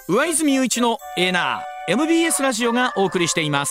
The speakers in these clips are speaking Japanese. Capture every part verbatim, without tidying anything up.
上泉雄一のエーナー エムビーエス ラジオがお送りしています。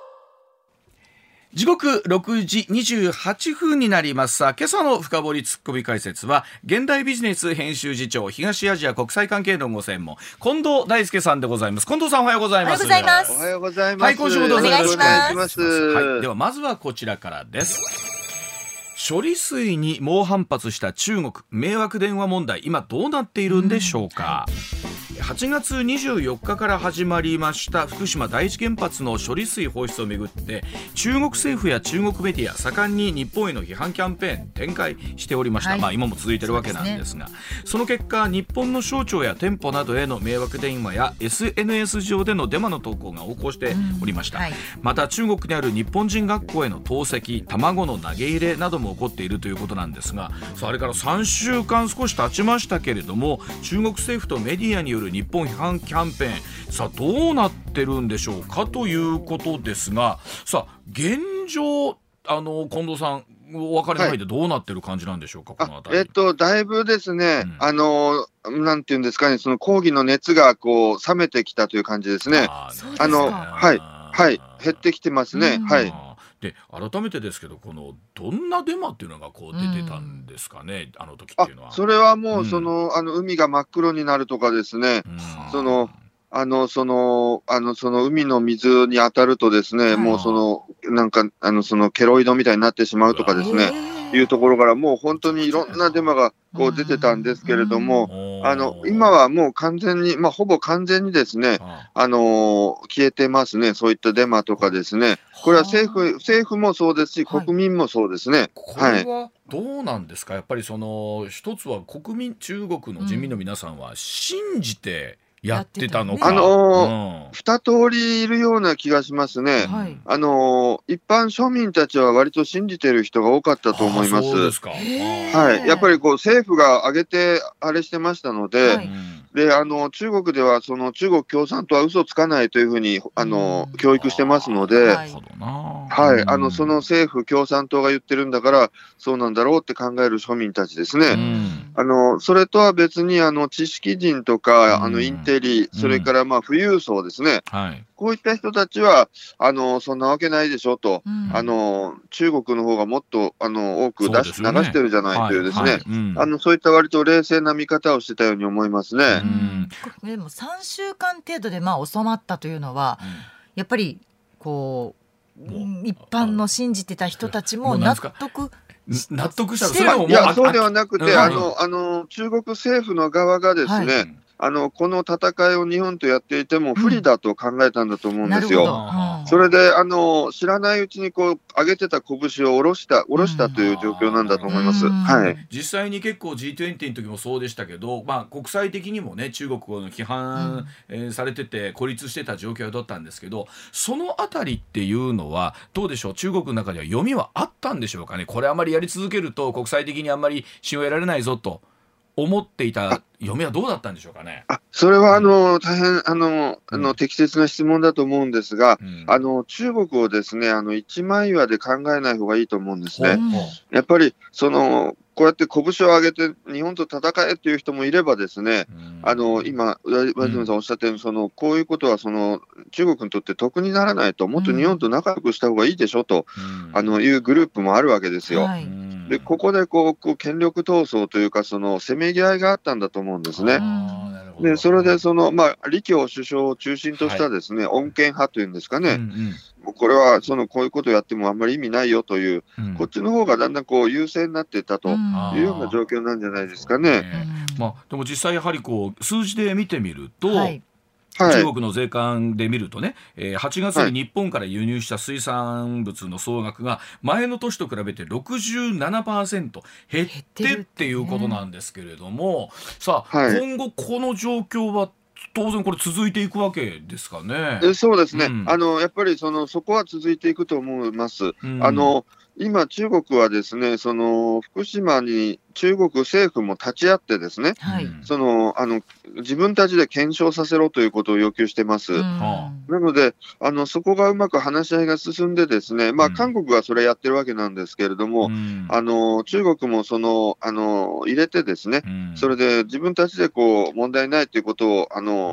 時刻ろくじにじゅうはっぷんになります。さあ、今朝の深掘りツッコミ解説は現代ビジネス編集次長、東アジア国際関係のご専門近藤大輔さんでございます。近藤さん、おはようございます。 おはようございます。 おはようございます。 はい、今週もどうぞよろしくお願いします。はい、ではまずはこちらからです。処理水に猛反発した中国、迷惑電話問題、今どうなっているんでしょうか。うん、はちがつにじゅうよっかから始まりました福島第一原発の処理水放出をめぐって中国政府や中国メディア盛んに日本への批判キャンペーン展開しておりました。はい、まあ、今も続いているわけなんですが、 そ, ですね、その結果日本の省庁や店舗などへの迷惑電話や エスエヌエス 上でのデマの投稿が横行しておりました。うん、はい、また中国にある日本人学校への投石、卵の投げ入れなども起こっているということなんですが、それからさんしゅうかん少し経ちましたけれども、中国政府とメディアによる日本批判キャンペーン、さあどうなってるんでしょうかということですが、さあ現状、あの近藤さんお分かりの範囲でどうなってる感じなんでしょうか。はい、このあたり、 えっと、だいぶですね、うん、あのなんていうんですかね、その抗議の熱がこう冷めてきたという感じですね。 ああのはいはい減ってきてますね。うん、はい。 で改めてですけど、このどんなデマっていうのがこう出てたんですかね、うん、あの時っていうのは。 あそれはもう、うん、そのあの海が真っ黒になるとかですね、うん、そのあのそのあのその海の水に当たるとですね、もうそのなんかあのそのケロイドみたいになってしまうとかですね、いうところからもう本当にいろんなデマがこう出てたんですけれども、あの今はもう完全に、まあ、ほぼ完全にですね、あの消えてますね、そういったデマとかですね。これは政府政府もそうですし、国民もそうですね。はい、 これはどうなんですか。やっぱりその一つは国民、中国の人民の皆さんは信じてやってたのか、 あのーうん、二通りいるような気がしますね。はい、あのー、一般庶民たちは割と信じている人が多かったと思います。 そうですか。 はい、やっぱりこう政府が上げてあれしてましたので、はい、であの中国ではその中国共産党は嘘つかないというふうにあの教育してますので、はい、はい、あのその政府共産党が言ってるんだからそうなんだろうって考える庶民たちですね。あのそれとは別にあの知識人とかあのインテリ、それからまあ富裕層ですね、はい、こういった人たちはあのそんなわけないでしょと、あの中国の方がもっとあの多く出し、ね、流してるじゃないというですね、はいはい、うん、あのそういった割と冷静な見方をしてたように思いますね。うん、 でもさんしゅうかん程度でまあ収まったというのは、うん、やっぱりこう一般の信じてた人たちも納得納得したら、いやそうではなくて、あのあの中国政府の側がですね、はい、あのこの戦いを日本とやっていても不利だと考えたんだと思うんですよ。うん、それであの知らないうちにこう上げてた拳を下ろした下ろしたという状況なんだと思います。はい、 実際に結構 ジートゥエンティー の時もそうでしたけど、まあ、国際的にもね中国の批判、うんえー、されてて孤立してた状況だったんですけど、そのあたりっていうのはどうでしょう。中国の中では読みはあったんでしょうかね。これあまりやり続けると国際的にあんまり信用得られないぞと思っていた読みはどうだったんでしょうかね。 あそれはあの、うん、大変あの、うん、あの適切な質問だと思うんですが、うん、あの中国をですねあの一枚岩で考えない方がいいと思うんですね。うん、やっぱりそのこうやって拳を上げて日本と戦えっていう人もいればですね、うん、あの今和泉さんおっしゃったように、そのこういうことはその中国にとって得にならないと、もっと日本と仲良くした方がいいでしょと、うん、あのいうグループもあるわけですよ。はい、でここでこう、こう権力闘争というかそのせめぎ合いがあったんだと思うんですね。でそれでその、まあ、李強首相を中心としたですね、はい、穏健派というんですかね、うんうん、これはそのこういうことをやってもあんまり意味ないよという、うん、こっちの方がだんだんこう優勢になっていったというような状況なんじゃないですかね。 ね、まあ、でも実際やはりこう数字で見てみると、はい中国の税関で見るとね、えー、はちがつに日本から輸入した水産物の総額が前の年と比べて ろくじゅうななパーセント 減ってっていうことなんですけれども、さあ、はい、今後この状況は当然これ続いていくわけですかね。 えそうですね、うん、あのやっぱりそのそこは続いていくと思います。うん、あの今中国はですねその福島に中国政府も立ち会ってですね、はい、そのあの自分たちで検証させろということを要求してます。うん、なのであのそこがうまく話し合いが進んでですね、まあ、韓国はそれやってるわけなんですけれども、うん、あの中国もそのあの入れてですね、うん、それで自分たちでこう問題ないということをあの、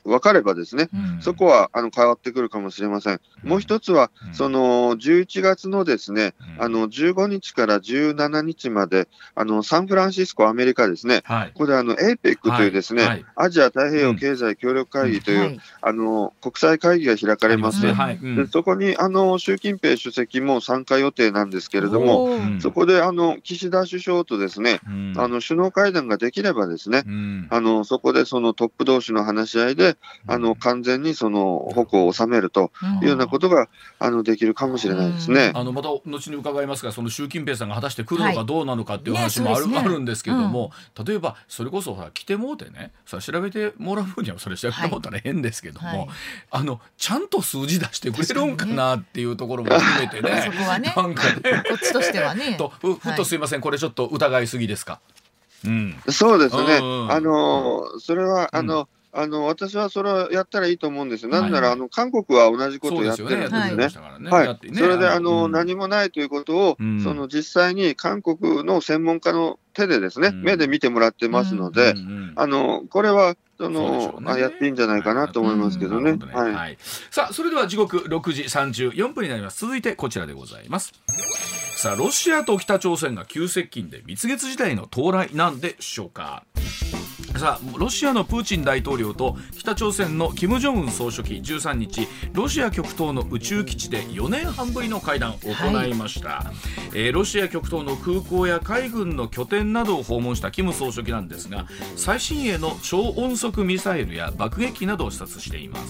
分かればですね、 うんそこはあの変わってくるかもしれません。もう一つは、 うんそのじゅういちがつのですね、 うんあのじゅうごにちからじゅうしちにちまで、あのサンフランシスコ、アメリカですね、 はいここであの エーペック というですね、 はいはいアジア太平洋経済協力会議という、 はいあの国際会議が開かれます。 ありますねはいうんでそこにあの習近平主席も参加予定なんですけれども、 おーうんそこであの岸田首相とですね、 うんあの首脳会談ができればですね、 うんあのそこでそのトップ同士の話し合いで、あの完全にその矛を収めるというようなことがあのできるかもしれないですね。 あのまた後に伺いますが、その習近平さんが果たして来るのかどうなのかっていう話もある、 はいねそうですねあるんですけども、例えばそれこそほら来てもうてね、それ調べてもらう分にはそれ調べてもらったら変ですけども、 はいはいあのちゃんと数字出してくれるんかなっていうところも含めてね、 そこはねなんかねこっちとしてはねとふふっとすいません、これちょっと疑いすぎですか。うんそうですね、 うんうんあのそれはあうんの、あの私はそれをやったらいいと思うんですよ。なんなら、 はいあの韓国は同じことをやってるんですそうね。 ですよね。やってましたからねはいだってねそれであの、 うん何もないということを、 うんその実際に韓国の専門家の手でですね、 うん目で見てもらってますので、 うんうんあのこれはそそうでしょのうねあやっていいんじゃないかなと思いますけどね。 なるほどねはいはいさあそれでは時刻ろくじさんじゅうよんぷんになります。続いてこちらでございます。さあロシアと北朝鮮が急接近で蜜月時代の到来なんでしょうか。さあロシアのプーチン大統領と北朝鮮の金正恩総書記じゅうさんにちロシア極東の宇宙基地でよねんはんぶりの会談を行いました、えーロシア極東の空港や海軍の拠点などを訪問した金総書記なんですが、最新鋭の超音速ミサイルや爆撃機などを視察しています、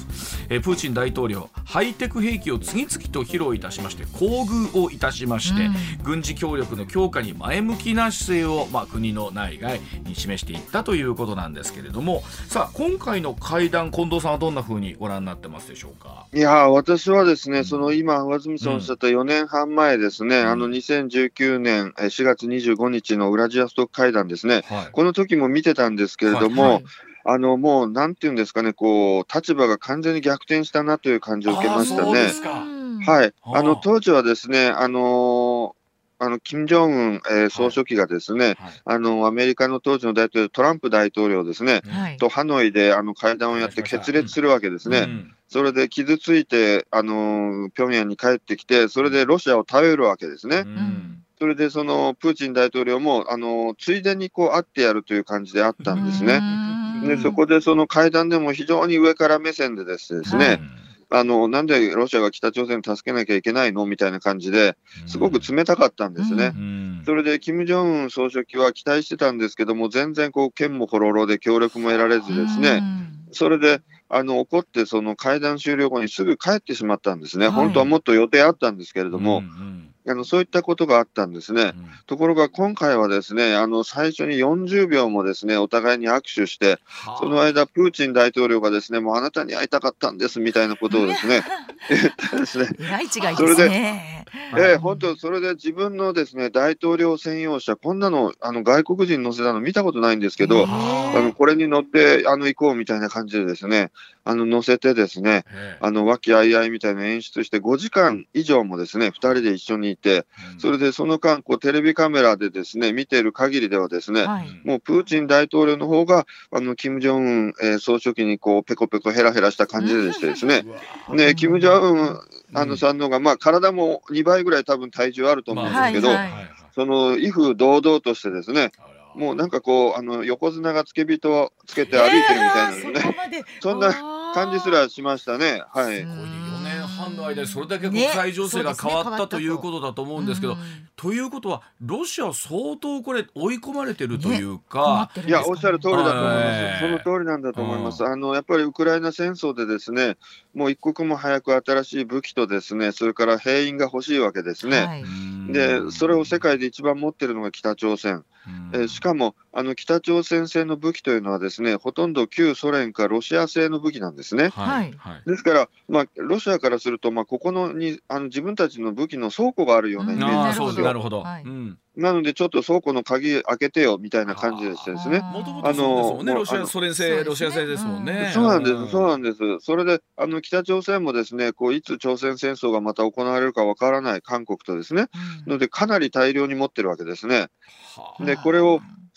えープーチン大統領ハイテク兵器を次々と披露いたしまして厚遇をいたしまして、 うん軍事協力の強化に前向きな姿勢を、まあ、国の内外に示していったということなんですけれども、さあ今回の会談、近藤さんはどんな風にご覧になってますでしょうか。 いやー私はですね、その今、上澄さんおっしゃったよねんはんまえですね、 んあのにせんじゅうきゅうねんしがつにじゅうごにちのウラジアストク会談ですね、 はいこの時も見てたんですけれども、 はいあのもうなんていうんですかね、こう立場が完全に逆転したなという感じを受けましたねあーそうで。すかうんはい、 あーあの当時はですね、あのーあの金正恩、えー総書記がですね、 はいあのアメリカの当時の大統領、トランプ大統領ですね、 はいとハノイであの会談をやって決裂するわけですね。 うんそれで傷ついて、あのー平壌に帰ってきて、それでロシアを頼るわけですね。 うんそれでそのプーチン大統領も、あのーついでにこう会ってやるという感じであったんですね。 うんでそこでその会談でも非常に上から目線でですね、 はいあのなんでロシアが北朝鮮を助けなきゃいけないのみたいな感じですごく冷たかったんですね。 うんそれで金正恩総書記は期待してたんですけども、全然こう剣もほろろで協力も得られずですね、それであの怒って、その会談終了後にすぐ帰ってしまったんですね、 はい本当はもっと予定あったんですけれども、 うんあのそういったことがあったんですね。 うんところが今回はですね、あの最初によんじゅうびょうもですねお互いに握手して、 はあその間、プーチン大統領がですねもうあなたに会いたかったんですみたいなことをですね言ってですね、 えらい違いですね。 ええ本当、それで自分のですね大統領専用車、こんなのあの外国人乗せたの見たことないんですけど、 ああのこれに乗ってあの行こうみたいな感じでですね、あの乗せてですね、 ええあの和気あいあいみたいな演出してごじかん以上もですねふたりで一緒にいて、 うんそれでその間こうテレビカメラでですね見ている限りではですね、 はいもうプーチン大統領の方があの金正恩、えー総書記にこうペコペコヘラヘラした感じでしてですね、 うわね金正恩あうんのさんの方が、まあ、体もにばいぐらい多分体重あると思うんですけど、 はいはいその威風堂々としてですね、 あらもうなんかこうあの横綱が付け人をつけて歩いてるみたいなのね、 えーそこまでそんな感じすらしましたね。はい、 これでよねんはんの間でそれだけ国際情勢が変わったということだと思うんですけど、ということはロシアは相当これ追い込まれてるというか、 いやおっしゃる通りだと思います、 はいその通りなんだと思います、 うんあのやっぱりウクライナ戦争でですねもう一刻も早く新しい武器とですねそれから兵員が欲しいわけですね。 はいでそれを世界で一番持っているのが北朝鮮、えーしかもあの北朝鮮製の武器というのはですねほとんど旧ソ連かロシア製の武器なんですね。 はいはいですから、まあ、ロシアからすると、まあ、ここのにあの自分たちの武器の倉庫があるようなイメああそうージなんですよ。 なるほど、 はいうんなのでちょっと倉庫の鍵開けてよみたいな感じでしてですね。 もともとそうですもんね、 あのロシアもうソ連製、 そうですねロシア製ですもんね。 そうなんです、そうなんんです。それで、あの北朝鮮もですね、こういつ朝鮮戦争がまた行われるかわからない韓国とですね、ので、かなり大量に持ってるわけですね。 うんで、これを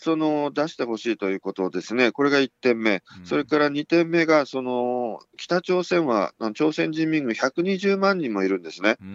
その出してほしいということですね、これがいってんめ、うん、それからにてんめが、その北朝鮮は朝鮮人民軍ひゃくにじゅうまんにんもいるんですね。うん、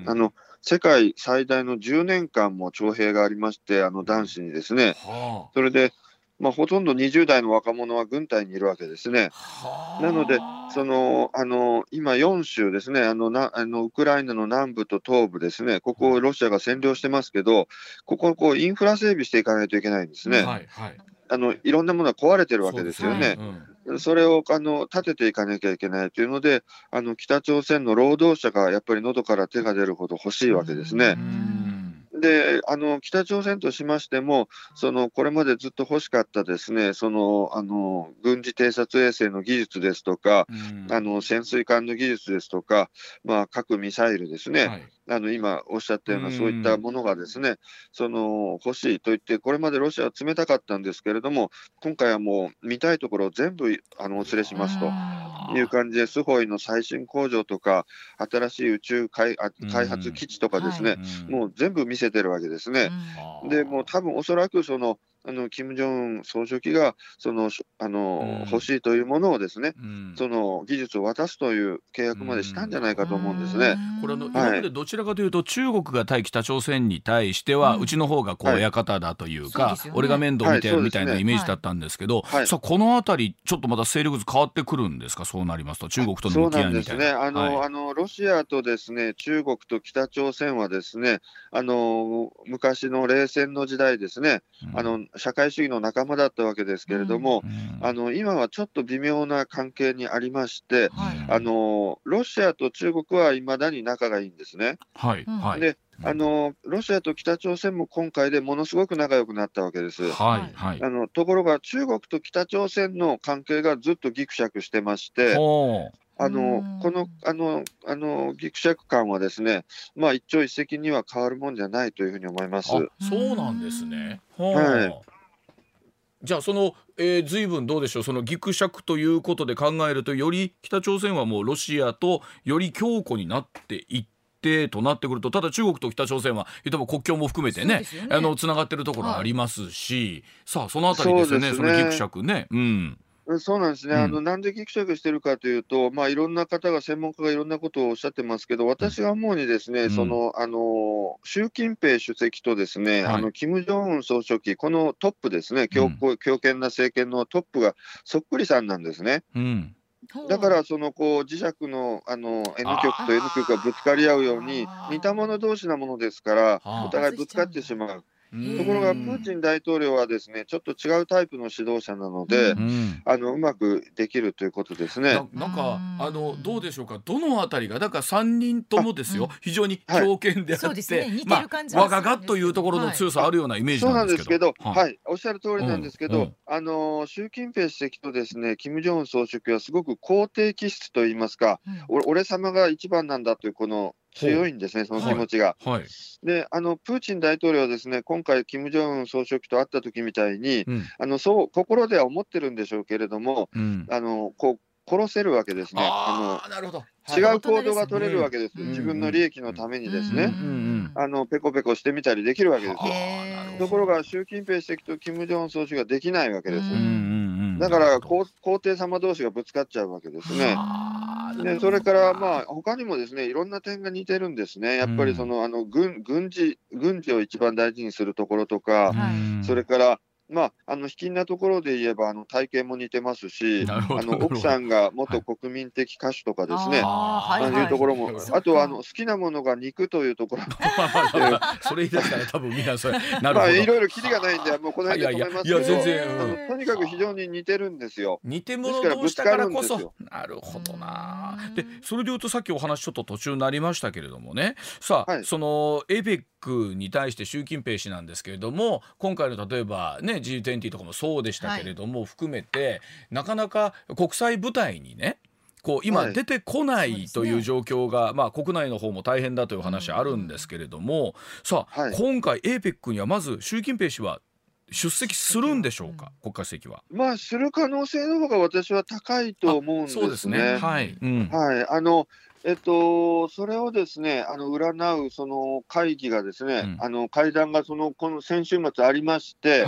あの世界最大のじゅうねんかんも徴兵がありまして、あの男子にですね、はあ、それで、まあ、ほとんどにじゅう代の若者は軍隊にいるわけですね。はあ、なので、そのあの今、よん州ですね、あのなあのウクライナの南部と東部ですね、ここをロシアが占領してますけど、ここをこうインフラ整備していかないといけないんですね。はいはい、あのいろんなものが壊れてるわけですよね。そ, うん、それをあの立てていかなきゃいけないというので、あの北朝鮮の労働者がやっぱり喉から手が出るほど欲しいわけですね。で、あの北朝鮮としましても、そのこれまでずっと欲しかったですね、そのあの軍事偵察衛星の技術ですとか、あの潜水艦の技術ですとか、まあ、核ミサイルですね、はい、あの今おっしゃったようなそういったものがですね、その欲しいと言って、これまでロシアは冷たかったんですけれども、今回はもう見たいところを全部あのお連れしますという感じで、スホイの最新工場とか、新しい宇宙開発基地とかですね、はい、もう全部見せてるわけですね。で、もう多分おそらくそのあの金正恩総書記がそのあの、うん、欲しいというものをですね、うん、その技術を渡すという契約までしたんじゃないかと思うんですね。 これあの、はい、今までどちらかというと中国が対北朝鮮に対しては、うん、うちの方がこう親方だというか、はい、俺が面倒見てやるみたいなイメージだったんですけど、はい、さあこのあたりちょっとまた勢力図変わってくるんですか、そうなりますと中国との向き合いみたいな。そうなんですね。 あの、はい、あのロシアとですね中国と北朝鮮はですね、あの昔の冷戦の時代ですね、うん、あの社会主義の仲間だったわけですけれども、うん、あの今はちょっと微妙な関係にありまして、はい、あのロシアと中国はいまだに仲がいいんですね。はいはい、であのロシアと北朝鮮も今回でものすごく仲良くなったわけです。はいはい、あのところが中国と北朝鮮の関係がずっとギクシャクしてまして、あのこのあのあのギクシャク感はですね、まあ、一朝一夕には変わるもんじゃないというふうに思います。 あ、そうなんですね。はい、じゃあその、えー、随分どうでしょう、そのギクシャクということで考えると、より北朝鮮はもうロシアとより強固になっていってとなってくると、ただ中国と北朝鮮は言っても国境も含めて ね, ねあのつながってるところありますし、はい、さあそのあたりですよ ね, そ, ねそのギクシャクね。うんそうなんですね。あの、なんでギクシャクしてるかというと、まあ、いろんな方が、専門家がいろんなことをおっしゃってますけど、私が思うにですね、うん、その、あの、習近平主席とですね、はい、あの、金正恩総書記、このトップですね、強硬、強権な政権のトップがそっくりさんなんですね。うん、だから、その、こう、磁石の、あの、N 極と N 極がぶつかり合うように、似た者同士なものですから、お互いぶつかってしまう。ところがプーチン大統領はですねちょっと違うタイプの指導者なので、うん、あのうまくできるということですね。 な, なんかあのどうでしょうか、どのあたりがだからさんにんともですよ、うん、非常に強権であって、はいねまあ、我ががというところの強さあるようなイメージなんですけど、 そうなんですけど、はいはい、おっしゃる通りなんですけど、うん、あの習近平主席とですね金正恩総書記はすごく肯定気質といいますか、うん、俺様が一番なんだというこの強いんですね、その気持ちが。はいはい、であのプーチン大統領はですね今回、金正恩総書記と会った時みたいに、うん、あのそう心では思ってるんでしょうけれども、うん、あのこう殺せるわけですね。ああのなるほど、 違う行動が取れるわけです、うん、自分の利益のためにですね、うん、あのペコペコしてみたりできるわけです。ところが習近平主席と金正恩総書記ができないわけです。だから皇帝様同士がぶつかっちゃうわけですね。でそれからまあ他にもですねいろんな点が似てるんですね。やっぱりその、あの 軍, 軍事軍事を一番大事にするところとか、それからまあ、あの卑近なところで言えばあの体型も似てますし、あの奥さんが元国民的歌手とかですね、はい、ああいうところも、はい、あとはあの好きなものが肉というところもそれ言い出したら多分皆さんなるほど、 まあ、いろいろキリがないんでもうこの辺で止めますけど、いやいやいや全然、うん、あのとにかく非常に似てるんですよ。 似て者同士だからこそ。なるほどな。でそれでいうとさっきお話ちょっと途中になりましたけれどもね、さあ、はい、その エーペック に対して習近平氏なんですけれども、今回の例えばね ジートゥエンティー とかもそうでしたけれども、はい、含めてなかなか国際舞台にねこう今出てこないという状況が、はいまあ、国内の方も大変だという話あるんですけれども、さあ、はい、今回 エーペック にはまず習近平氏は出席するんでしょうか、国家主席は。 まあする可能性の方が私は高いと思うんですね。そうですね、はい、うん、はい、あのえっと、それをですね、あの占うその会議がですね、うん、あの会談がそのこの先週末ありまして、はい、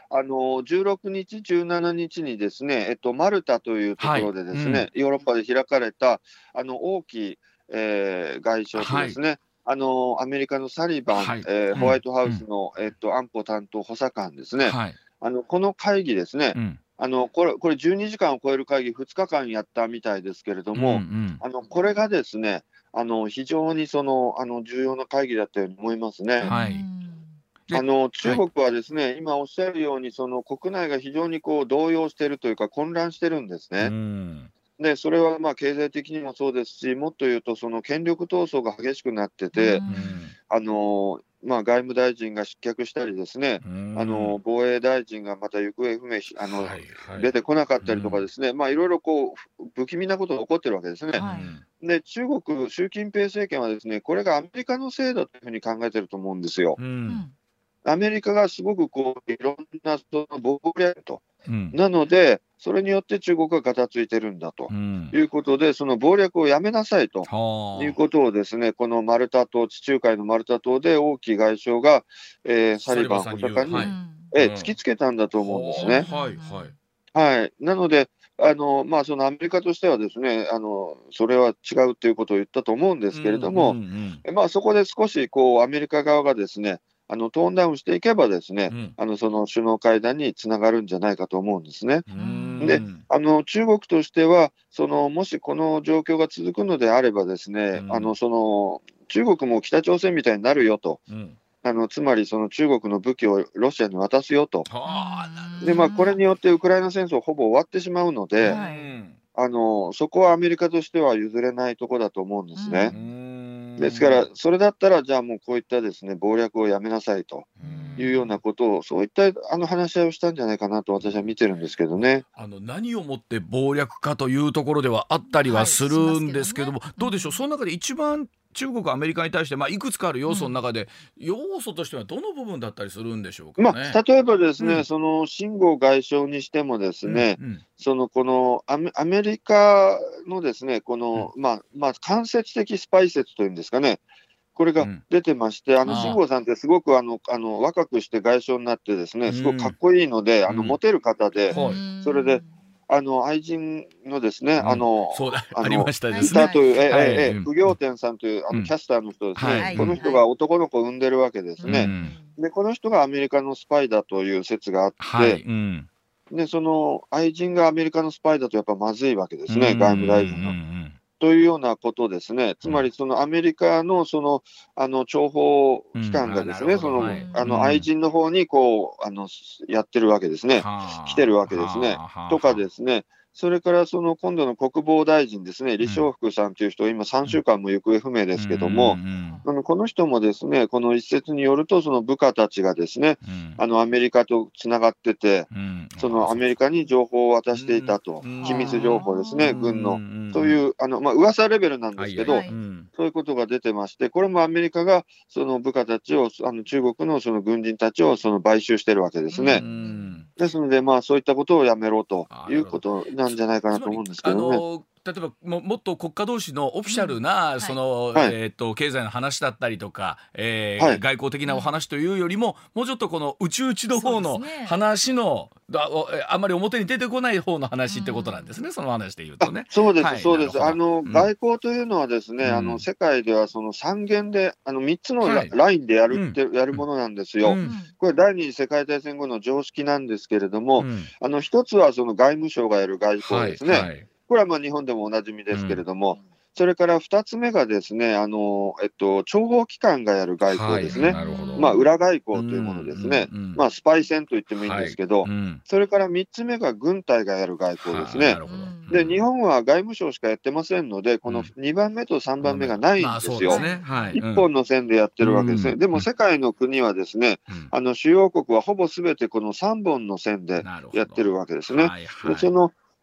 あのじゅうろくにち、じゅうしちにちにですね、えっと、マルタというところでですね、はいうん、ヨーロッパで開かれたあの王毅、えー、外相とですね、はい、あのアメリカのサリバン、はいえー、ホワイトハウスの、うんえっと、安保担当補佐官ですね、はい、あのこの会議ですね、うんあのこれ、これじゅうにじかんを超える会議、ふつかかんやったみたいですけれども、うんうん、あのこれがですね、あの非常にそのあの重要な会議だったように思いますね。はいあの中国はですね、はい、今おっしゃるように、その国内が非常にこう動揺しているというか、混乱してるんですね。うんでそれはまあ経済的にもそうですし、もっと言うと、その権力闘争が激しくなってて、あのまあ、外務大臣が失脚したりですね、あの防衛大臣がまた行方不明あの、はいはい、出てこなかったりとかですね、まあ、いろいろこう不気味なことが起こってるわけですね。はい、で中国、習近平政権はですね、これがアメリカのせいだというふうに考えてると思うんですよ。うんアメリカがすごくこういろんなその謀略と、うん、なので、それによって中国がガタついてるんだということで、うん、その謀略をやめなさいということをですね、このマルタ島、地中海のマルタ島で王毅外相が、えー、サリバン補佐官に、はいえー、突きつけたんだと思うんですね。はいはいはい、なので、あのまあ、そのアメリカとしてはですね、あのそれは違うということを言ったと思うんですけれども、うんうんうんまあ、そこで少しこうアメリカ側がですね、あのトーンダウンしていけばですね、うん、あのその首脳会談につながるんじゃないかと思うんですね。であの中国としてはそのもしこの状況が続くのであればですね、うん、あのその中国も北朝鮮みたいになるよと、うん、あのつまりその中国の武器をロシアに渡すよと、で、まあ、これによってウクライナ戦争ほぼ終わってしまうので、はい、あのそこはアメリカとしては譲れないところだと思うんですね。うんですから、それだったら、じゃあもうこういったですね謀略をやめなさいというようなことを、そういったあの話し合いをしたんじゃないかなと私は見てるんですけどね。 あの何をもって謀略かというところではあったりはするんですけども、はいけどね、どうでしょう、その中で一番中国、アメリカに対して、まあ、いくつかある要素の中で、うん、要素としてはどの部分だったりするんでしょうかね。 まあ、例えばですね、うん、その秦剛外相にしてもですね、うんうん、そのこのアメ、アメリカのですね、この、うん、まあ、まあ、間接的スパイ説というんですかね、これが出てまして、うん、あの秦剛さんってすごくあのあの若くして外相になってですね、すごくかっこいいので、うん、あのモテる方で、うん、それであの愛人のですね、うん、あのそうだありましたですね。いたという、えはいええ不行天さんというあのキャスターの人ですね、はい、この人が男の子を産んでるわけですね、うん、でこの人がアメリカのスパイだという説があって、はいうん、でその愛人がアメリカのスパイだとやっぱまずいわけですね、うん、外務大臣の。うんうんというようなことですね。つまりそのアメリカのそのあの諜報機関がですね、うん、その、はい、あの愛人の方にこうあのやってるわけですね。来てるわけですね。とかですね。それからその今度の国防大臣ですね、李尚福さんという人、今さんしゅうかんも行方不明ですけども、うんうん、あのこの人もですね、この一説によると、その部下たちがですね、うん、あのアメリカとつながってて、うん、そのアメリカに情報を渡していたと、うん、機密情報ですね、軍の、そういう、あのまあ噂レベルなんですけど、はいはい、そういうことが出てまして、これもアメリカがその部下たちを、あの中国のその軍人たちをその買収してるわけですね。うんですので、まあ、そういったことをやめろということなんじゃないかなと思うんですけどね。 例えば も, もっと国家同士のオフィシャルな、うんそのはいえー、と経済の話だったりとか、えーはい、外交的なお話というよりも、うん、もうちょっとこの内々の方の話の、ね、あ, あんまり表に出てこない方の話ってことなんですね、うん、その話でいうとね。 そうです、はい、そうです。あの、うん、外交というのはですね、うん、あの世界ではその三元であのみっつのラ、はい、ラインでやるって、うん、やるものなんですよ、うん、これ第二次世界大戦後の常識なんですけれども、うん、あの一つはその外務省がやる外交ですね、はいはいこれはまあ日本でもおなじみですけれども、うん、それからふたつめがですね、あの、えっと、諜報機関がやる外交ですね、はい、まあ、裏外交というものですね、うんうん、まあ、スパイ戦と言ってもいいんですけど、はいうん、それからみっつめが軍隊がやる外交ですね、で日本は外務省しかやってませんので、このにばんめとさんばんめがないんですよ、うんまあねはい、いっぽんの線でやってるわけですね、うん、でも世界の国はですね、うん、あの主要国はほぼすべてこのさんぼんの線でやってるわけですね。はいはい、でその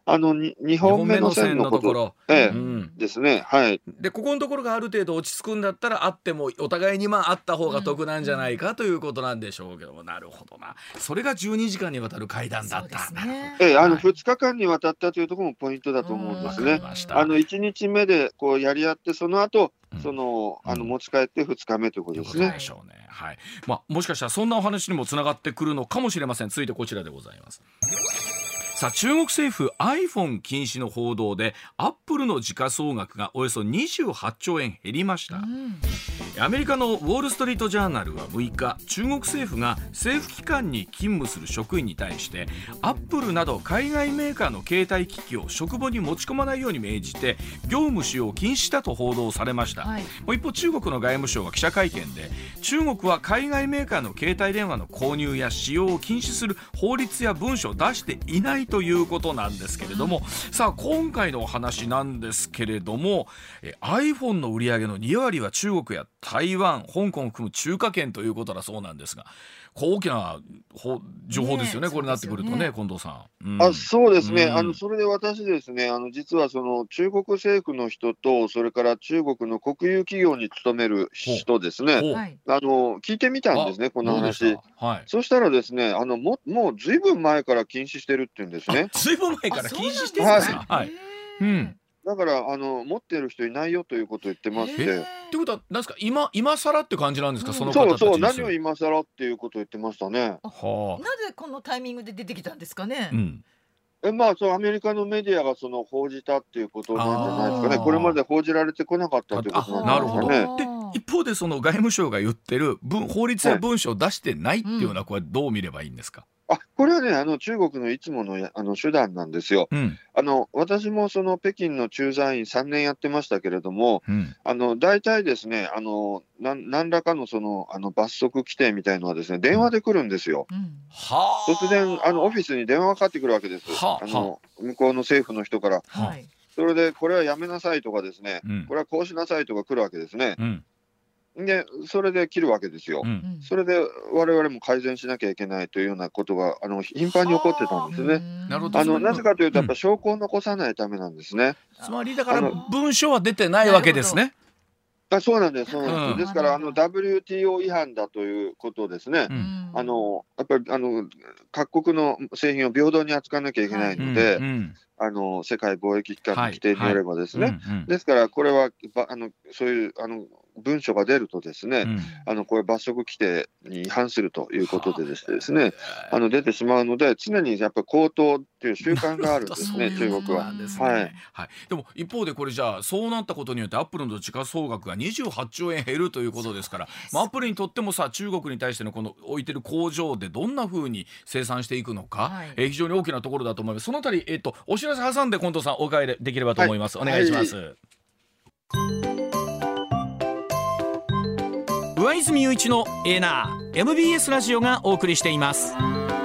あのににほんめの線のこと、 ところ、 ええ、 うん、 ですね。はい。 でここのところがある程度落ち着くんだったらあってもお互いにまああった方が得なんじゃないか、うん、ということなんでしょうけども、なるほどな。それがじゅうにじかんにわたる会談だった。 ね、 ええ、あのふつかかんにわたったというところもポイントだと思うんですね。あのいちにちめでこうやり合ってその後、うん、そのあの持ち帰ってふつかめということですね。 でしょうね。はい。まあもしかしたらそんなお話にもつながってくるのかもしれません。続いてこちらでございます。さあ中国政府 iPhone 禁止の報道でアップルの時価総額がおよそにじゅうはちちょうえん減りました、うん、アメリカのウォールストリートジャーナルはむいか、中国政府が政府機関に勤務する職員に対してアップルなど海外メーカーの携帯機器を職場に持ち込まないように命じて業務使用を禁止したと報道されました、はい、一方中国の外務省は記者会見で、中国は海外メーカーの携帯電話の購入や使用を禁止する法律や文書を出していないということなんですけれども、うん、さあ今回のお話なんですけれども、え iPhone の売り上げのにわりは中国や台湾、香港を含む中華圏ということだそうなんですが、大きな情報ですよね、これになってくるとね、近藤さん。うん、あそうですね、うん、あのそれで私ですね、あの実はその中国政府の人と、それから中国の国有企業に勤める人ですね、あの聞いてみたんですね、この話。はい、そしたらですね、あのももうずいぶん前から禁止してるって言うんですね。 ずいぶん前から禁止してるんですか。はい、 うん、だからあの持ってる人いないよということを言ってまして。 ってことはなんですか、今今更って感じなんですか、うん、その方たち。そうそう、何を今更っていうことを言ってましたね。 はあ、なぜこのタイミングで出てきたんですかね。 うん、 えまあ、そうアメリカのメディアがその報じたっていうことなんじゃないですかね。これまで報じられてこなかったということなんですかね。なるほど。で一方でその外務省が言ってる文法律や文書を出してないっていうのはこれどう見ればいいんですか。 あこれはね、あの中国のいつもの、あの手段なんですよ。うん、あの私もその北京の駐在員さんねんやってましたけれども、うん、あの大体ですね、あのな何らかのそのあの罰則規定みたいのはですね、電話で来るんですよ。うん、突然あのオフィスに電話がかかってくるわけです。あの向こうの政府の人から。はい、それでこれはやめなさいとかですね、うん、これはこうしなさいとか来るわけですね。うんでそれで切るわけですよ、うん、それで我々も改善しなきゃいけないというようなことがあの頻繁に起こってたんですね。なるほど。あのなぜかというとやっぱ証拠を残さないためなんですね、 うん、つまりだから文書は出てないわけですね。 あそうなんです、そうなんです、うん、ですからあの ダブリューティーオー 違反だということですね、うん、あのやっぱりあの各国の製品を平等に扱わなきゃいけないので、はいうんうんあの世界貿易機関の規定によればですね、はいはいうんうん、ですからこれはあのそういうあの文書が出るとですね、うん、あのこれ罰則規定に違反するということでですね、あの出てしまうので常にやっぱり口頭っていう習慣があるんですね中国は。 はいはい、でも一方でこれじゃあそうなったことによってアップルの時価総額がにじゅうはちちょうえん減るということですから、まあ、アップルにとってもさ中国に対してのこの置いてる工場でどんな風に生産していくのか、はいえー、非常に大きなところだと思います。そのあたり、えー、とお知らせ挟んで近藤さんお伺いできればと思います、はい、お願いします、はい、上泉雄一のエーナー エムビーエス ラジオがお送りしています。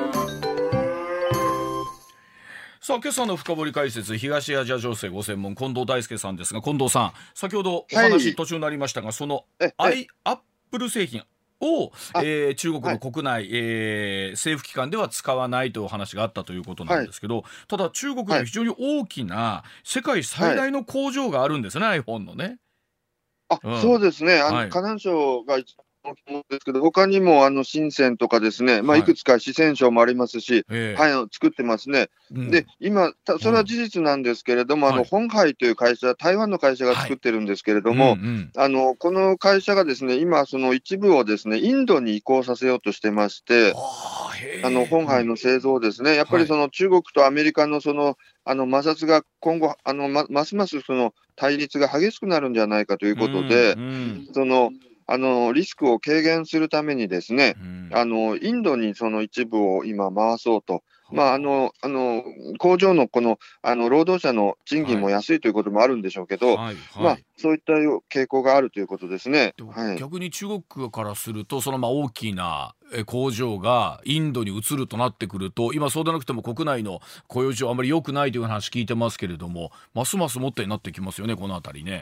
さあ今朝の深掘り解説、東アジア情勢ご専門近藤大輔さんですが、近藤さん先ほどお話途中になりましたが、はい、そのアイアップル製品を、えー、中国の国内、はいえー、政府機関では使わないというお話があったということなんですけど、はい、ただ中国には非常に大きな世界最大の工場があるんですね、はい、iPhone のね。 あ、うん、そうですね、あの、はい、河南省が一番大きいものですけど、他にもあの深センとかですね、まあ、いくつか四川省もありますし、はいはい、作ってますね、うん、で今それは事実なんですけれども、うん、あの本海という会社、台湾の会社が作ってるんですけれども、はいうんうん、あのこの会社がですね今その一部をですねインドに移行させようとしてまして、あの本海の製造をですね、やっぱりその中国とアメリカのそのあの摩擦が今後あの ま, ますますその対立が激しくなるんじゃないかということで、うんうん、そのあのリスクを軽減するためにですね、うん、あのインドにその一部を今回そうと、まあ、あのあの工場のこのあの労働者の賃金も安いということもあるんでしょうけど、はいはいはいまあ、そういった傾向があるということですね。 はい、逆に中国からするとそのまあ大きな工場がインドに移るとなってくると、今そうでなくても国内の雇用上あまり良くないという話聞いてますけれども、ますますもったいになってきますよね、このあたりね。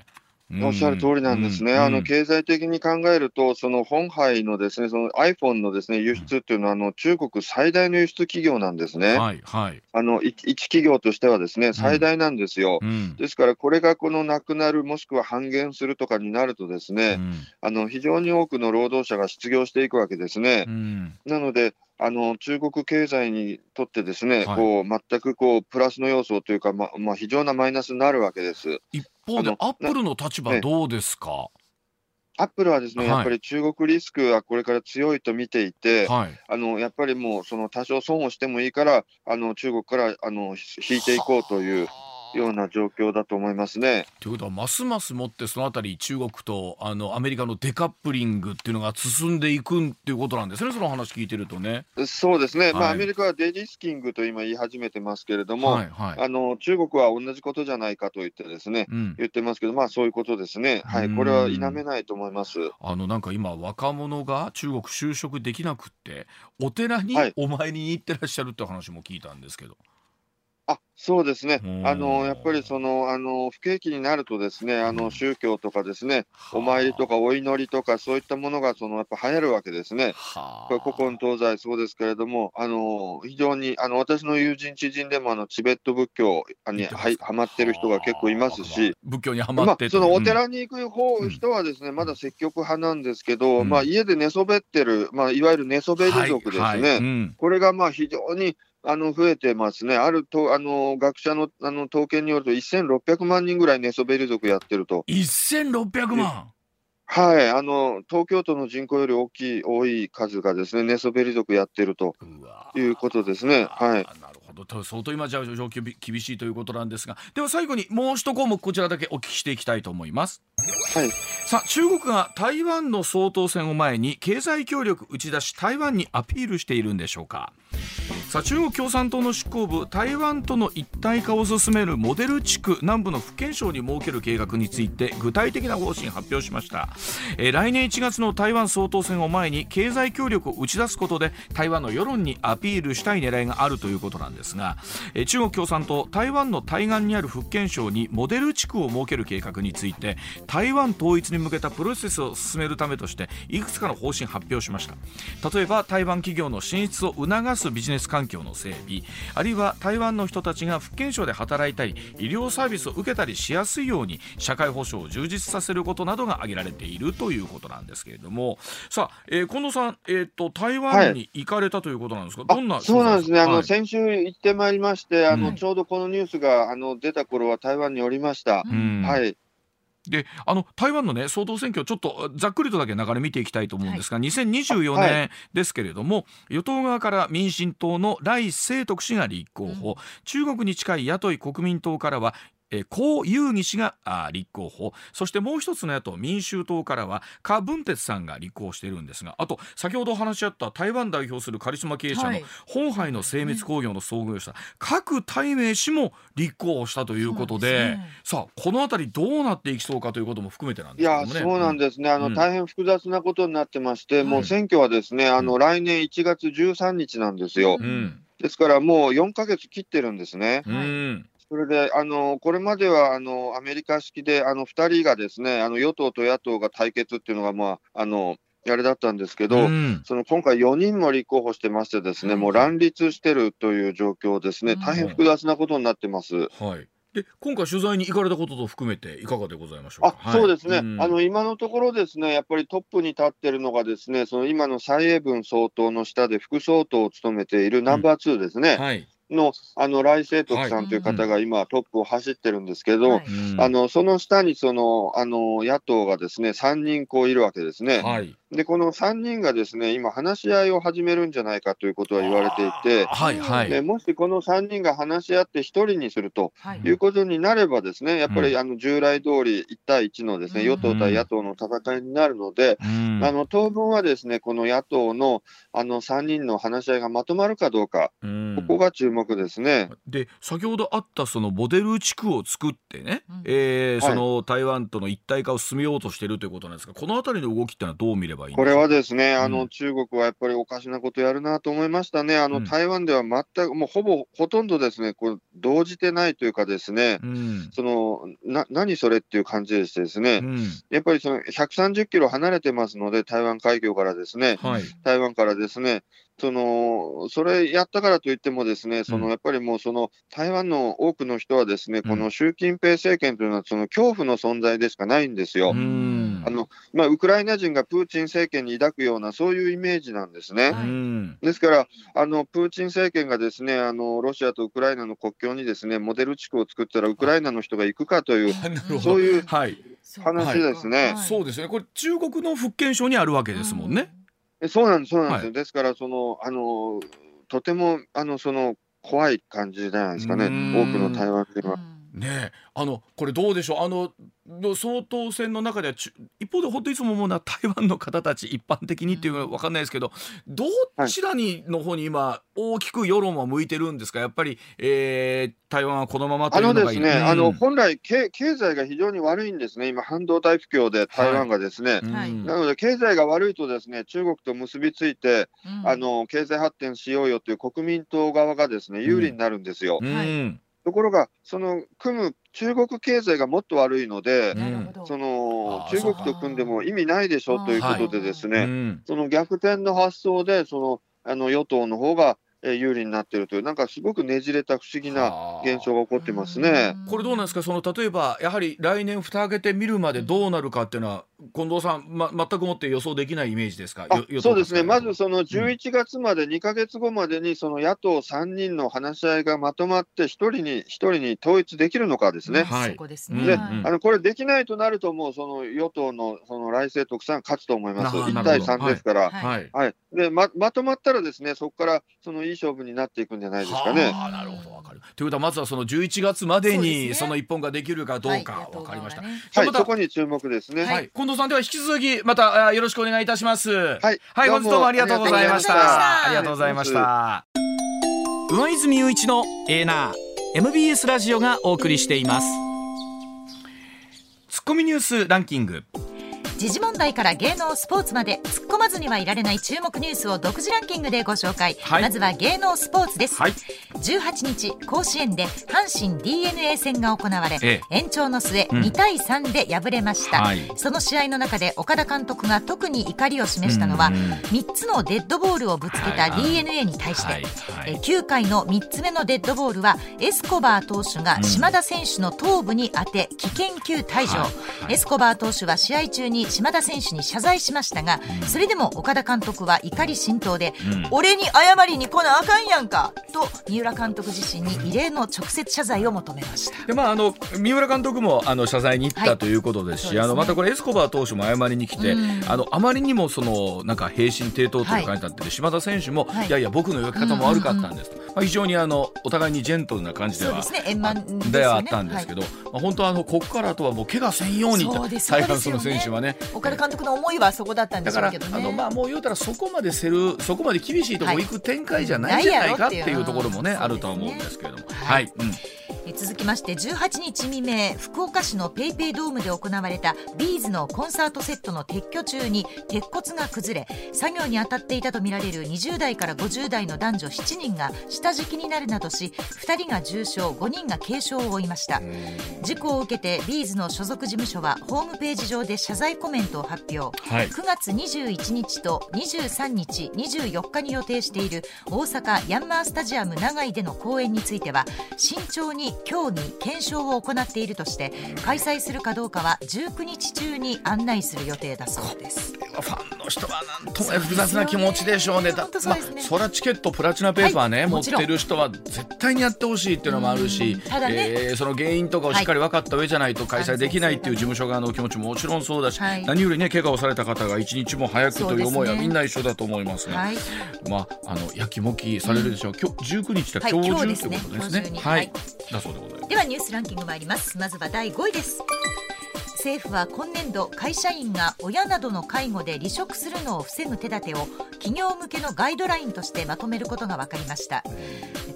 おっしゃる通りなんですね。うん、あの経済的に考えると、その本杯のですね、その iPhone のですね輸出っていうのは、あの中国最大の輸出企業なんですね。 はいはい、 あの一企業としてはですね最大なんですよ。 うん、 ですからこれがこのなくなるもしくは半減するとかになるとですね、うん、あの非常に多くの労働者が失業していくわけですね。うん、なのであの中国経済にとってですね、はい、こう全くこうプラスの要素というか、ままあ、非常なマイナスになるわけです。 一方でアップルの立場どうですか？ね、 アップルはですね、はい、やっぱり中国リスクはこれから強いと見ていて、 はい、 あのやっぱりもうその多少損をしてもいいからあの中国からあの引いていこうというような状況だと思いますね。 ということはますますもってそのあたり中国とあのアメリカのデカップリングっていうのが進んでいくっていうことなんですね、その話聞いてるとね。 そうですね、はい、まあ、アメリカはデリスキングと今言い始めてますけれども、はいはい、あの中国は同じことじゃないかと言ってですね、うん、言ってますけど、まあそういうことですね、はい、これは否めないと思います。 あのなんか今若者が中国就職できなくってお寺にお参りに行ってらっしゃるって話も聞いたんですけど、はい、 あそうですね、あのやっぱりそのあの不景気になるとですね、あの宗教とかですね、お参りとかお祈りとかそういったものがそのやっぱ流行るわけですね。古今東西そうですけれども、あの非常にあの私の友人知人でもあのチベット仏教にははまってる人が結構いますし、 仏教にはまって、 まあ、そのお寺に行く方、うん、人はですねまだ積極派なんですけど、うん、まあ、家で寝そべってる、まあ、いわゆる寝そべり族ですね、はいはい、うん、これがまあ非常にあの増えてますね。あるとあの学者のあの統計によるとせんろっぴゃくまんにんぐらい寝そべり族やってると。 せんろっぴゃくまん、 はい、あの東京都の人口より大きい多い数がですね寝そべり族やってるということですね。はい、 なるほど、相当今じゃ状況厳しいということなんですが、では最後にもう一項目こちらだけお聞きしていきたいと思います。 はい、 さあ中国が台湾の総統選を前に経済協力打ち出し台湾にアピールしているんでしょうか。さあ中国共産党の執行部台湾との一体化を進めるモデル地区南部の福建省に設ける計画について具体的な方針を発表しました。えー、来年いちがつの台湾総統選を前に経済協力を打ち出すことで台湾の世論にアピールしたい狙いがあるということなんですが、えー、中国共産党台湾の対岸にある福建省にモデル地区を設ける計画について台湾統一に向けたプロセスを進めるためとしていくつかの方針を発表しました。例えば台湾企業の進出を促すビジネス環境の整備、あるいは台湾の人たちが福建省で働いたり医療サービスを受けたりしやすいように社会保障を充実させることなどが挙げられているということなんですけれども、さあ、えー、近藤さん、えーと、台湾に行かれたということなんですが、はい、どんなそうなんですね、あの、はい、先週行ってまいりましてあの、うん、ちょうどこのニュースがあの出た頃は台湾におりました。うん、はい。 であの台湾の、ね、総統選挙ちょっとざっくりとだけ流れ見ていきたいと思うんですが、はい、にせんにじゅうよねんですけれども、はい、与党側から民進党の頼清徳氏が立候補、うん、中国に近い野党国民党からはえー、江遊義氏があ立候補、そしてもう一つの野党民衆党からは柯文哲さんが立候補しているんですが、あと先ほど話し合った台湾代表するカリスマ経営者の鴻海の精密工業の創業者郭台銘氏も立候補したということ で, で、ね、さあこのあたりどうなっていきそうかということも含めてなんですけどもね。 いやそうなんですね、あの、うん、大変複雑なことになってまして、うん、もう選挙はですねあの、うん、来年いちがつじゅうさんにちなんですよ、うん、ですからもうよんかげつ切ってるんですね、うん、それであのこれまではあのアメリカ式であのふたりがですねあの与党と野党が対決っていうのが、まあ、あのあれだったんですけど、うん、その今回よにんも立候補してましてですね、もう乱立してるという状況ですね、大変複雑なことになってます、うん、 はい。で今回取材に行かれたことと含めていかがでございましょうか。 あ、はい、そうですね、うん、あの今のところですねやっぱりトップに立ってるのがですねその今の蔡英文総統の下で副総統を務めているナンバーツーですね、うん、はいのあの頼清徳さんという方が今トップを走ってるんですけど、はい、あのその下にそのあの野党がですねさんにんこういるわけですね、はい、でこのさんにんがですね今話し合いを始めるんじゃないかということは言われていて、はいはい、でもしこのさんにんが話し合ってひとりにするということになればですねやっぱりあの従来通りいちたいいちのですね、うん、与党対野党の戦いになるので、うん、あの当分はですねこの野党のあのさんにんの話し合いがまとまるかどうか、うん、ここが注目ですね。 で先ほどあったそのモデル地区を作ってね、うんえー、その台湾との一体化を進めようとしているということなんですが、このあたりの動きってのはどう見ればばいいんですか。 これはですね、あの、 うん、 中国はやっぱりおかしなことやるなと思いましたね。あの、 うん、 台湾では全く、もうほぼ、ほとんどですね、こう、動じてないというかですね、 うん、 その、な、何それっていう感じでしてですね、 うん、 やっぱりそのひゃくさんじゅっキロ離れてますので、台湾海峡からですね、 はい、 台湾からですね、その、それやったからといってもですね、その、 うん、 やっぱりもうその、台湾の多くの人はですね、 うん、 この習近平政権というのは、その恐怖の存在でしかないんですよ。 うん、 あの、まあ、ウクライナ人がプーチン政権に抱くような、そういうイメージなんですね。 うん、 ですから、あの、プーチン政権がですね、あの、ロシアとウクライナの国境にですね、モデル地区を作ったら、ウクライナの人が行くかという、そういうはい話ですね。 はい、そうですね。これ中国の福建省にあるわけですもんね。 えそうなんです、そうなんですよ。 はい、 ですから、その、あの、とても、あの、その、怖い感じじゃないですかね、多くの台湾人は。 ねえ、あのこれどうでしょう。あの総統選の中では一方で本当にいつも思うのは台湾の方たち一般的にっていうのは分かんないですけど、どちらにの方に今大きく世論は向いてるんですか。やっぱり、えー、台湾はこのままというのがいい。 あのですね、 うん、 あの本来経、経済が非常に悪いんですね、今、半導体不況で台湾がですね、 はい、 なので経済が悪いとですね、中国と結びついて、うん、あの経済発展しようよという国民党側がですね有利になるんですよ。 うんうん、 ところが、その組む中国経済がもっと悪いので、うん、その中国と組んでも意味ないでしょということでですね、はい、その逆転の発想でそのあの与党の方が有利になっているという、なんかすごくねじれた不思議な現象が起こってますね。 これどうなんですか。その例えばやはり来年蓋開けてみるまでどうなるかっていうのは近藤さん、ま、全くもって予想できないイメージですか。 そうですね。まずそのじゅういちがつまでにかげつごまでにその野党さんにんの話し合いがまとまってひとりにひとりに統一できるのかですね。 はい、 そこですね。 で、あのこれできないとなるともうその与党のその来清徳さん勝つと思います。いちたいさんですから。はい。はい、で ま, まとまったらですね、そこからそのいい勝負になっていくんじゃないですかね。 はあ、なるほど、わかる。ということはまずはそのじゅういちがつまでにその一本ができるかどうかわかりました。はい、 はい、そこに注目ですね。 はい、近藤さんでは引き続きまたよろしくお願いいたします。はい、はい、本日どうもありがとうございました。ありがとうございました。上泉雄一のエーナー エムビーエス ラジオがお送りしています。ツッコミニュースランキング。 時事問題から芸能スポーツまで突っ込まずにはいられない注目ニュースを独自ランキングでご紹介、はい、まずは芸能スポーツです、はい、じゅうはちにち甲子園で阪神 ディーエヌエー 戦が行われ、ええ、延長の末、うん、にたいさんで敗れました、はい、その試合の中で岡田監督が特に怒りを示したのは、うん、みっつのデッドボールをぶつけた ディーエヌエー に対して、はいはい、きゅうかいのみっつめのデッドボールはエスコバー投手が島田選手の頭部に当て危険球退場、はいはい、エスコバー投手は試合中に島田選手に謝罪しましたが、うん、それでも岡田監督は怒り心頭で、うん、俺に謝りに来なあかんやんかと三浦監督自身に異例の直接謝罪を求めました。 で、まあ、あの三浦監督もあの謝罪に行った、はい、ということですし、ね、あのまたこれエスコバー投手も謝りに来て、うん、あのあまりにもそのなんか平身低頭という感じだって、はい、島田選手も、はい、いやいや僕の呼び方も悪かったんですと、うんうんうん、まあ、非常にあのお互いにジェントルな感じでは、 そうですね、円満ですよね、 ではあったんですけど、はい、まあ、本当はあのここからとはもう怪我せんようにと大半その選手はね、 岡田監督の思いはそこだったんでしょうけどね。 だからあの、まあ、もう言うたらそこまでせるそこまで厳しいところ行く展開じゃないじゃないかっていうところもね、あるとは思うんですけれども、はい、うん、 え続きましてじゅうはちにち未明、福岡市のペイペイドームで行われたビーズのコンサートセットの撤去中に鉄骨が崩れ、作業に当たっていたとみられるにじゅうだいからごじゅうだいの男女しちにんが下敷きになるなどし、ふたりが重傷、ごにんが軽傷を負いました。事故を受けてビーズの所属事務所はホームページ上で謝罪コメントを発表、はい、くがつにじゅういちにちとにじゅうさんにち、にじゅうよっかに予定している大阪ヤンマースタジアム長居での公演については慎重に協議検証を行っているとして、開催するかどうかはじゅうくにち中に案内する予定だそうです。 ファンの人はなんとも複雑な気持ちでしょうね。だ、まあ、そらチケットプラチナペーパーね、はい、持ってる人は絶対にやってほしいっていうのもあるし、ただね、えー、その原因とかをしっかり分かった上じゃないと開催できないっていう事務所側の気持ちももちろんそうだし、はい、何よりね怪我をされた方が一日も早くという思いはみんな一緒だと思いますが、はい、まあ、あのやきもきされるでしょう、うん、今日じゅうくにちだ、今日中ということですね。はい、はい、だそうでございます。 ではニュースランキング参ります。まずはだいごいです。政府は今年度、会社員が親などの介護で離職するのを防ぐ手立てを企業向けのガイドラインとしてまとめることが分かりました。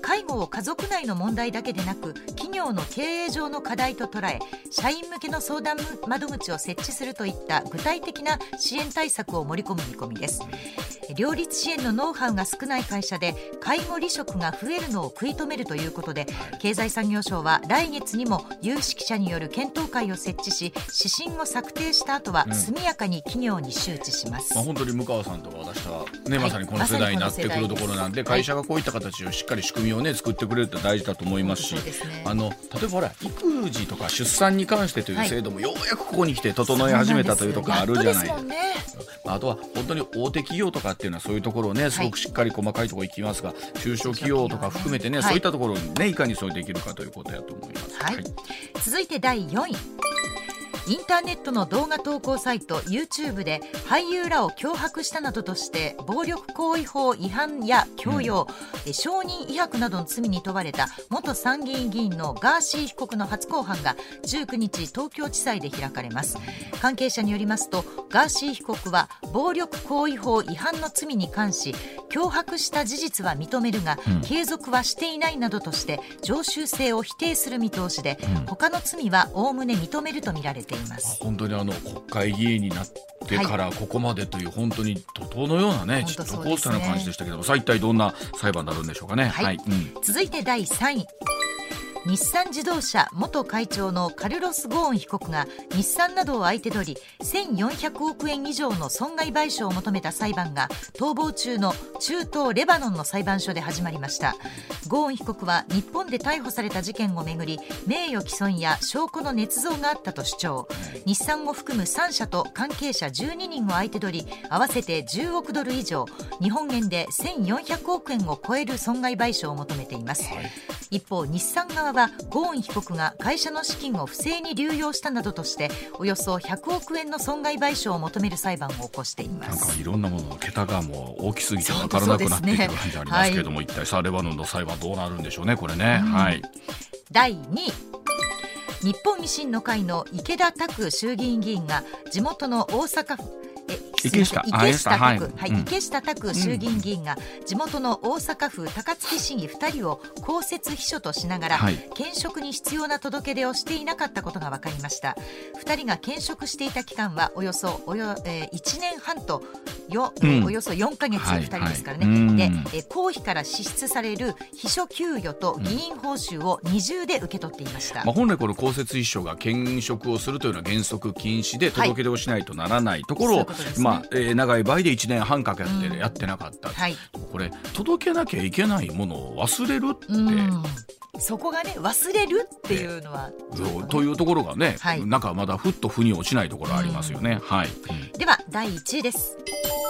介護を家族内の問題だけでなく企業の経営上の課題と捉え、社員向けの相談窓口を設置するといった具体的な支援対策を盛り込む見込みです。両立支援のノウハウが少ない会社で介護離職が増えるのを食い止めるということで、経済産業省は来月にも有識者による検討会を設置し、指針を策定した後は速やかに企業に周知します。 うんまあ、本当に向川さんとか私は、ね、まさにこの世代になってくるところなんで、会社がこういった形をしっかり仕組みを、ね、作ってくれるって大事だと思いますし、 そうですね、 あの例えばほら育児とか出産に関してという制度もようやくここに来て整い始めたというところあるじゃないですか。あとは本当に大手企業とかっていうのはそういうところをねすごくしっかり細かいところいきますが、中小企業とか含めてね、はい、そういったところにねいかにそうできるかということだと思います。 はいはい、続いてだいよんい、インターネットの動画投稿サイト YouTube で俳優らを脅迫したなどとして暴力行為法違反や強要、うん、証人威迫などの罪に問われた元参議院議員のガーシー被告の初公判がじゅうくにち東京地裁で開かれます。関係者によりますと、ガーシー被告は暴力行為法違反の罪に関し脅迫した事実は認めるが、うん、継続はしていないなどとして常習性を否定する見通しで、うん、他の罪はおおむね認めるとみられています。 本当にあの国会議員になってからここまでという、はい、本当に怒涛のようなね、ちょっとコースターな感じでしたけども、さあ一体どんな裁判になるんでしょうかね。 はいはい、うん、続いてだいさんい、日産自動車元会長のカルロス・ゴーン被告が日産などを相手取りせんよんひゃくおくえん以上の損害賠償を求めた裁判が逃亡中の中東レバノンの裁判所で始まりました。ゴーン被告は日本で逮捕された事件をめぐり名誉毀損や証拠の捏造があったと主張。日産を含むさんしゃと関係者じゅうににんを相手取り合わせてじゅうおくドル以上、日本円でせんよんひゃくおくえんを超える損害賠償を求めています。はい、一方、日産側はゴーン被告が会社の資金を不正に流用したなどとしておよそひゃくおくえんの損害賠償を求める裁判を起こしています。 なんかいろんなものの桁がもう大きすぎて分からなくなっている感じありますけれども、ね、はい、一体さあレバノンの裁判どうなるんでしょうね、これね。うん、はい、 だいにい、日本維新の会の池田拓衆議院議員が地元の大阪府池下池下拓、はい、池下拓衆議院議員が地元の大阪府高槻市議ふたりを公設秘書としながら、はい、兼職に必要な届け出をしていなかったことが分かりました。ふたりが兼職していた期間はおよそおよ、えー、いちねんはんとよ、うん、およそよんかげつ、ふたりですからね。はいはい、で、えー、公費から支出される秘書給与と議員報酬を二重で受け取っていました。うん、 まあ、本来この公設秘書が兼職をするというのは原則禁止で届け出をしないとならないところを、はい、まあえー、長い場合でいちねんはんかけてやってなかった。うん、はい、これ届けなきゃいけないものを忘れるって、うん、 そこがね忘れるっていうのは、 ね、というところがね、はい、なんかまだふっと腑に落ちないところありますよね。うん、はい、うん、 ではだいいちいです。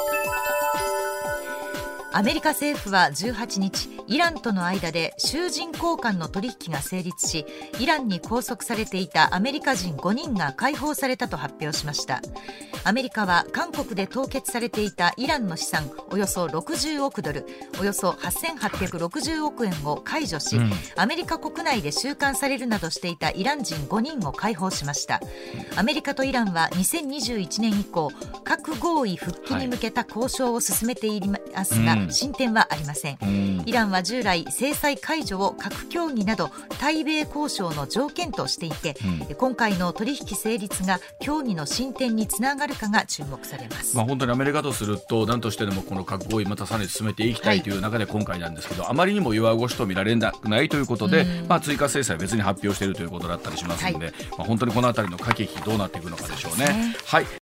アメリカ政府はじゅうはちにち、イランとの間で囚人交換の取引が成立し、イランに拘束されていたアメリカ人ごにんが解放されたと発表しました。アメリカは韓国で凍結されていたイランの資産およそろくじゅうおくドル、およそはっせんはっぴゃくろくじゅうおくえんを解除し、うん、アメリカ国内で収監されるなどしていたイラン人ごにんを解放しました。アメリカとイランはにせんにじゅういちねん以降、核合意復帰に向けた交渉を進めていますが、はい、進展はありません。うん、イランは従来制裁解除を核協議など対米交渉の条件としていて、うん、今回の取引成立が協議の進展につながるかが注目されます。 まあ、本当にアメリカとすると何としてでもこの核合意またさらに進めていきたいという中で今回なんですけど、はい、あまりにも弱腰と見られなくないということで、まあ、追加制裁別に発表しているということだったりしますので、はい、まあ、本当にこのあたりの駆け引きどうなっていくのかでしょうね。はい。